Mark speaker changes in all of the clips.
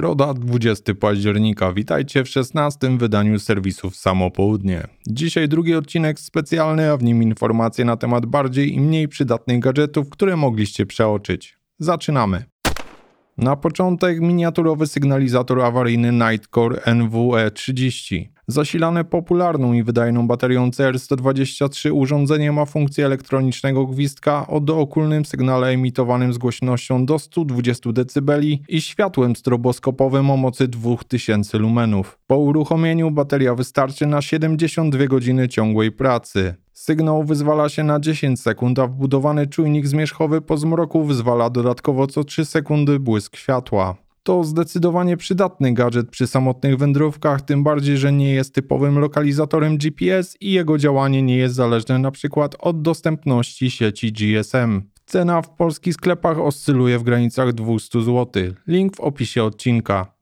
Speaker 1: Środa, 20 października. Witajcie w 16. wydaniu serwisu w samo południe. Dzisiaj drugi odcinek specjalny, a w nim informacje na temat bardziej i mniej przydatnych gadżetów, które mogliście przeoczyć. Zaczynamy. Na początek miniaturowy sygnalizator awaryjny Nightcore NWE30. Zasilane popularną i wydajną baterią CR123 urządzenie ma funkcję elektronicznego gwizdka o dookólnym sygnale emitowanym z głośnością do 120 dB i światłem stroboskopowym o mocy 2000 lumenów. Po uruchomieniu bateria wystarczy na 72 godziny ciągłej pracy. Sygnał wyzwala się na 10 sekund, a wbudowany czujnik zmierzchowy po zmroku wyzwala dodatkowo co 3 sekundy błysk światła. To zdecydowanie przydatny gadżet przy samotnych wędrówkach, tym bardziej, że nie jest typowym lokalizatorem GPS i jego działanie nie jest zależne np. od dostępności sieci GSM. Cena w polskich sklepach oscyluje w granicach 200 zł. Link w opisie odcinka.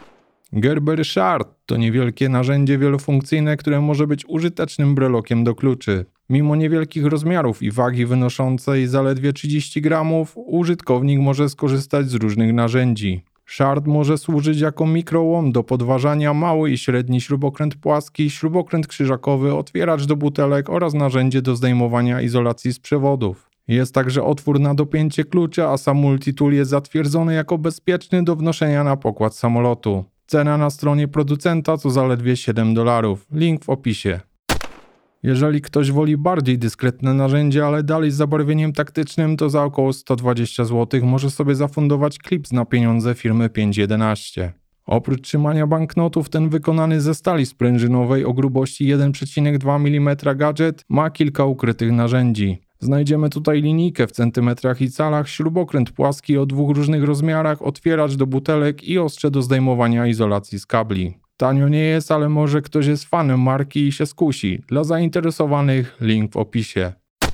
Speaker 1: Gerber Shard to niewielkie narzędzie wielofunkcyjne, które może być użytecznym brelokiem do kluczy. Mimo niewielkich rozmiarów i wagi wynoszącej zaledwie 30 gramów, użytkownik może skorzystać z różnych narzędzi. Shard może służyć jako mikrołom do podważania, mały i średni śrubokręt płaski, śrubokręt krzyżakowy, otwieracz do butelek oraz narzędzie do zdejmowania izolacji z przewodów. Jest także otwór na dopięcie klucza, a sam multitool jest zatwierdzony jako bezpieczny do wnoszenia na pokład samolotu. Cena na stronie producenta to zaledwie $7. Link w opisie. Jeżeli ktoś woli bardziej dyskretne narzędzie, ale dalej z zabarwieniem taktycznym, to za około 120 zł może sobie zafundować klips na pieniądze firmy 511. Oprócz trzymania banknotów, ten wykonany ze stali sprężynowej o grubości 1,2 mm gadżet ma kilka ukrytych narzędzi. Znajdziemy tutaj linijkę w centymetrach i calach, śrubokręt płaski o dwóch różnych rozmiarach, otwieracz do butelek i ostrze do zdejmowania izolacji z kabli. Tanio nie jest, ale może ktoś jest fanem marki i się skusi. Dla zainteresowanych link w opisie.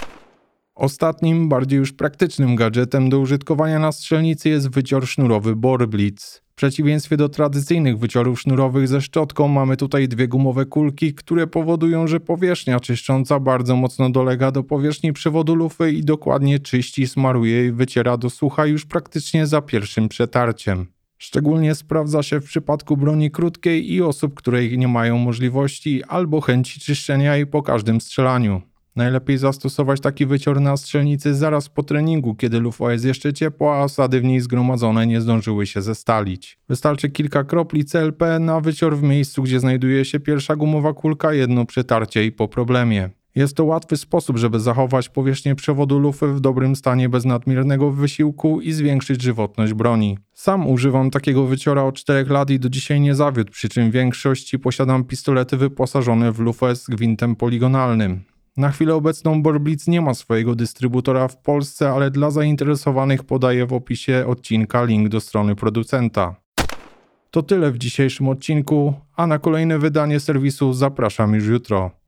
Speaker 1: Ostatnim, bardziej już praktycznym gadżetem do użytkowania na strzelnicy jest wycior sznurowy Bohrblitz. W przeciwieństwie do tradycyjnych wyciorów sznurowych ze szczotką mamy tutaj dwie gumowe kulki, które powodują, że powierzchnia czyszcząca bardzo mocno dolega do powierzchni przewodu lufy i dokładnie czyści, smaruje i wyciera do sucha już praktycznie za pierwszym przetarciem. Szczególnie sprawdza się w przypadku broni krótkiej i osób, które nie mają możliwości albo chęci czyszczenia jej po każdym strzelaniu. Najlepiej zastosować taki wycior na strzelnicy zaraz po treningu, kiedy lufa jest jeszcze ciepła, a osady w niej zgromadzone nie zdążyły się zestalić. Wystarczy kilka kropli CLP na wycior w miejscu, gdzie znajduje się pierwsza gumowa kulka, jedno przetarcie i po problemie. Jest to łatwy sposób, żeby zachować powierzchnię przewodu lufy w dobrym stanie bez nadmiernego wysiłku i zwiększyć żywotność broni. Sam używam takiego wyciora od 4 lat i do dzisiaj nie zawiódł, przy czym w większości posiadam pistolety wyposażone w lufę z gwintem poligonalnym. Na chwilę obecną Bohrblitz nie ma swojego dystrybutora w Polsce, ale dla zainteresowanych podaję w opisie odcinka link do strony producenta. To tyle w dzisiejszym odcinku, a na kolejne wydanie serwisu zapraszam już jutro.